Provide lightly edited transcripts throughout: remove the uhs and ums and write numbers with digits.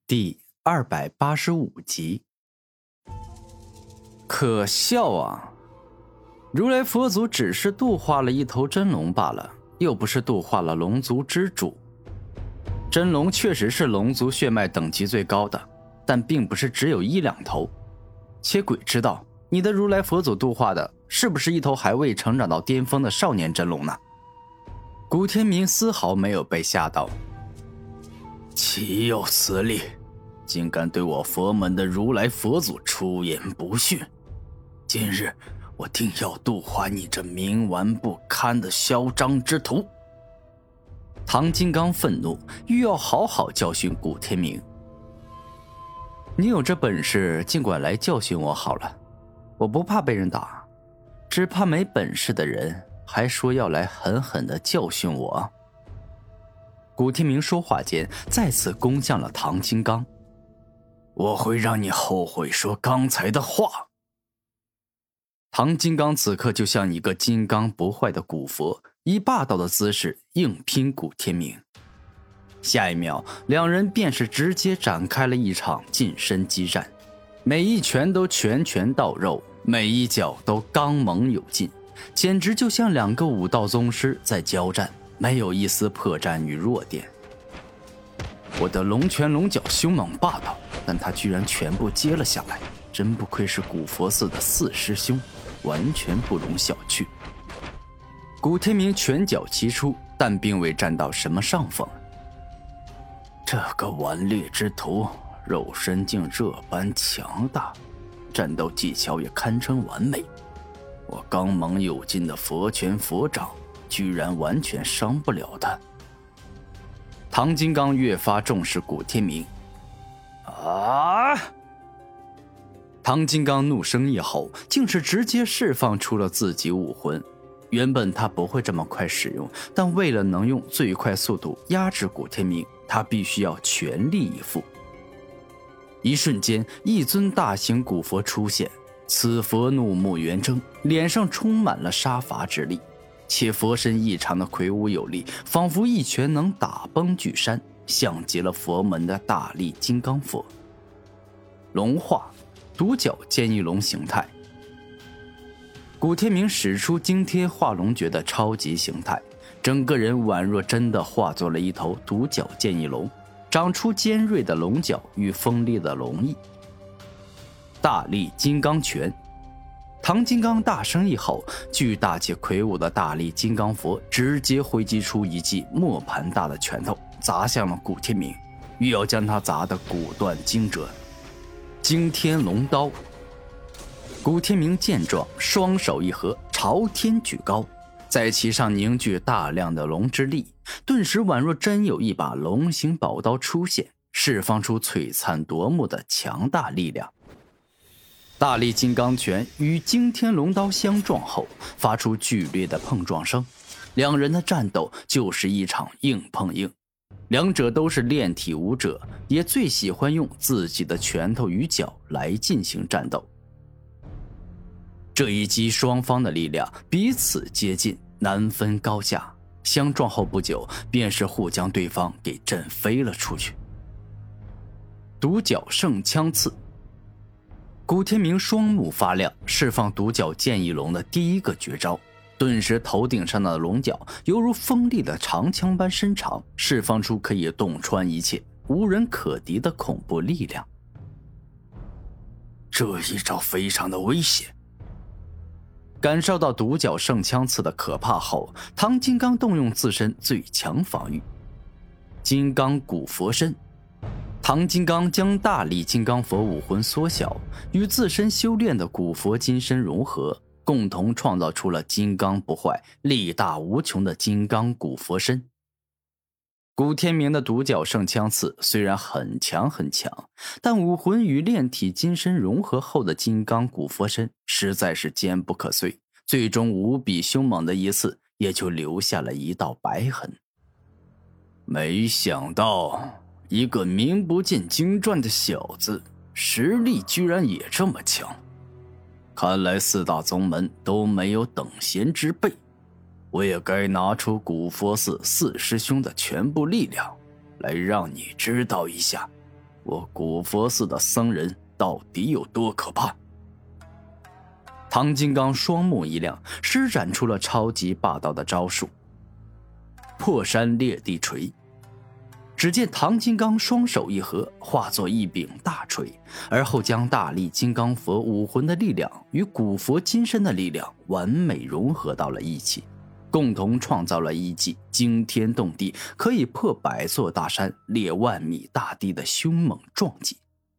第285集。可笑啊！如来佛祖只是度化了一头真龙罢了，又不是度化了龙族之主。真龙确实是龙族血脉等级最高的，但并不是只有1-2头。且鬼知道你的如来佛祖度化的是不是一头还未成长到巅峰的少年真龙呢？古天明丝毫没有被吓到。岂有此理！竟敢对我佛门的如来佛祖出言不逊！今日我定要度化你这冥顽不堪的嚣张之徒！唐金刚愤怒，欲要好好教训古天明。你有这本事，尽管来教训我好了，我不怕被人打，只怕没本事的人还说要来狠狠地教训我。古天明说话间，再次攻向了唐金刚。我会让你后悔说刚才的话。唐金刚此刻就像一个金刚不坏的古佛，以霸道的姿势硬拼古天明。下一秒，两人便是直接展开了一场近身激战，每一拳都拳拳到肉，每一脚都刚猛有劲，简直就像两个武道宗师在交战，没有一丝破绽与弱点。我的龙拳龙角凶猛霸道，但他居然全部接了下来，真不愧是古佛寺的4师兄，完全不容小觑。古天明拳脚齐出，但并未占到什么上风。这个顽劣之徒，肉身竟这般强大，战斗技巧也堪称完美。我刚猛有劲的佛拳佛掌，居然完全伤不了他。唐金刚越发重视古天明。啊！唐金刚怒声一吼，竟是直接释放出了自己武魂。原本他不会这么快使用，但为了能用最快速度压制古天明，他必须要全力以赴。一瞬间，一尊大型古佛出现，此佛怒目圆睁，脸上充满了杀伐之力，且佛身异常的魁梧有力，仿佛一拳能打崩巨山，像极了佛门的大力金刚佛。龙化，独角剑翼龙形态。古天明使出惊天化龙诀的超级形态，整个人宛若真的化作了一头独角剑翼龙，长出尖锐的龙角与锋利的龙翼。大力金刚拳。唐金刚大声一吼，巨大且魁梧的大力金刚佛直接挥击出一记磨盘大的拳头，砸向了古天明，欲要将他砸得骨断筋折。惊天龙刀。古天明见状，双手一合，朝天举高，在其上凝聚大量的龙之力，顿时宛若真有一把龙形宝刀出现，释放出璀璨夺目的强大力量。大力金刚拳与惊天龙刀相撞后，发出剧烈的碰撞声，两人的战斗就是一场硬碰硬。两者都是炼体武者，也最喜欢用自己的拳头与脚来进行战斗。这一击双方的力量彼此接近，难分高下，相撞后不久便是互将对方给震飞了出去。独角圣枪刺。古天明双目发亮，释放独角剑翼龙的第一个绝招，顿时头顶上的龙角犹如锋利的长枪般伸长，释放出可以洞穿一切、无人可敌的恐怖力量。这一招非常的危险。感受到独角圣枪刺的可怕后，唐金刚动用自身最强防御金刚古佛身。唐金刚将大力金刚佛武魂缩小，与自身修炼的古佛金身融合，共同创造出了金刚不坏、力大无穷的金刚古佛身。古天明的独角圣枪刺虽然很强很强，但武魂与炼体金身融合后的金刚古佛身实在是坚不可摧，最终无比凶猛的一刺也就留下了一道白痕。没想到一个名不见经传的小子，实力居然也这么强，看来4大宗门都没有等闲之辈，我也该拿出古佛寺4师兄的全部力量，来让你知道一下我古佛寺的僧人到底有多可怕？唐金刚双目一亮，施展出了超级霸道的招数——破山裂地锤。只见唐金刚双手一合，化作一柄大锤，而后将大力金刚佛武魂的力量与古佛金身的力量完美融合到了一起，共同创造了一记惊天动地，可以破100座大山、裂万米大地的凶猛壮技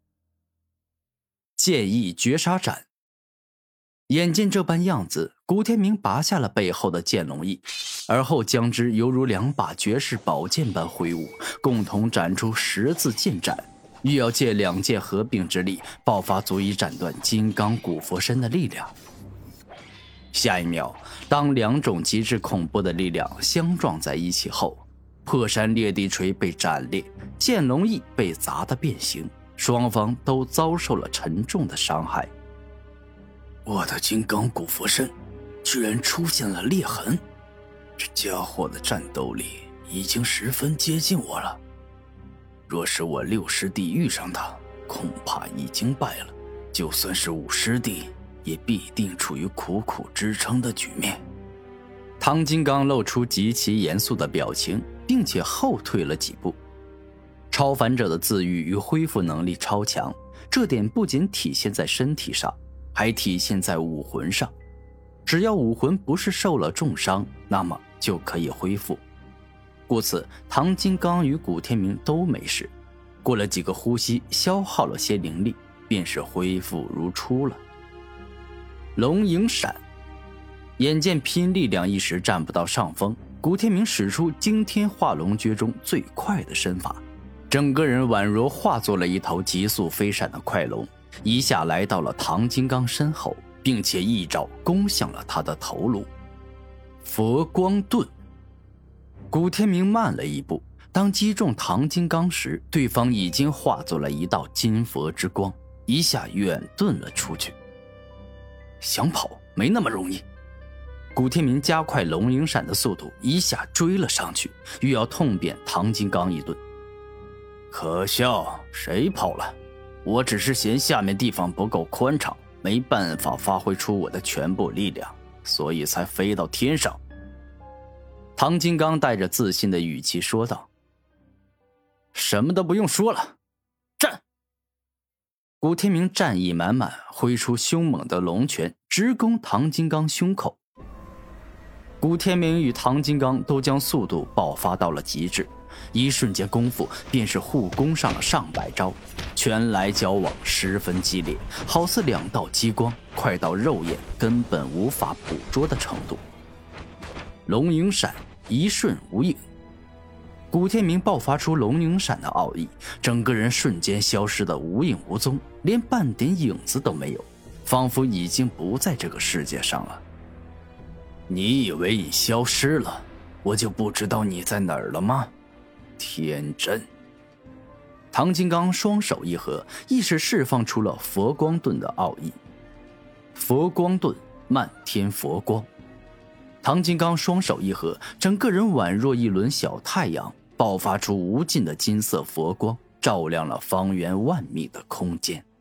——剑意绝杀斩。眼见这般样子，古天明拔下了背后的剑龙翼，而后将之犹如2把绝世宝剑般挥舞，共同斩出10字剑斩，欲要借2剑合并之力，爆发足以斩断金刚古佛身的力量。下一秒，当2种极致恐怖的力量相撞在一起后，破山裂地锤被斩裂，剑龙翼被砸得变形，双方都遭受了沉重的伤害。我的金刚古佛身居然出现了裂痕，这家伙的战斗力已经十分接近我了。若是我6师弟遇上他，恐怕已经败了，就算是5师弟也必定处于苦苦支撑的局面。唐金刚露出极其严肃的表情，并且后退了几步。超凡者的自愈与恢复能力超强，这点不仅体现在身体上，还体现在武魂上。只要武魂不是受了重伤，那么就可以恢复。故此，唐金刚与古天明都没事。过了几个呼吸，消耗了些灵力，便是恢复如初了。龙影闪，眼见拼力量一时占不到上风，古天明使出惊天化龙诀中最快的身法，整个人宛若化作了一头急速飞闪的快龙，一下来到了唐金刚身后，并且一爪攻向了他的头颅。佛光盾。古天明慢了一步，当击中唐金刚时，对方已经化作了一道金佛之光，一下远遁了出去。想跑没那么容易。古天明加快龙影闪的速度，一下追了上去，欲要痛扁唐金刚一顿。可笑，谁跑了？我只是嫌下面地方不够宽敞，没办法发挥出我的全部力量，所以才飞到天上。唐金刚带着自信的语气说道。什么都不用说了，战！古天明战意满满，挥出凶猛的龙拳，直攻唐金刚胸口。古天明与唐金刚都将速度爆发到了极致，一瞬间功夫便是互攻上了上百招，拳来脚往，十分激烈，好似2道激光，快到肉眼根本无法捕捉的程度。龙影闪，一瞬无影。古天明爆发出龙影闪的奥义，整个人瞬间消失得无影无踪，连半点影子都没有，仿佛已经不在这个世界上了。你以为你消失了，我就不知道你在哪儿了吗？天真。唐金刚双手一合，意识释放出了佛光盾的奥义。佛光盾，漫天佛光。唐金刚双手一合，整个人宛若一轮小太阳，爆发出无尽的金色佛光，照亮了方圆万米的空间。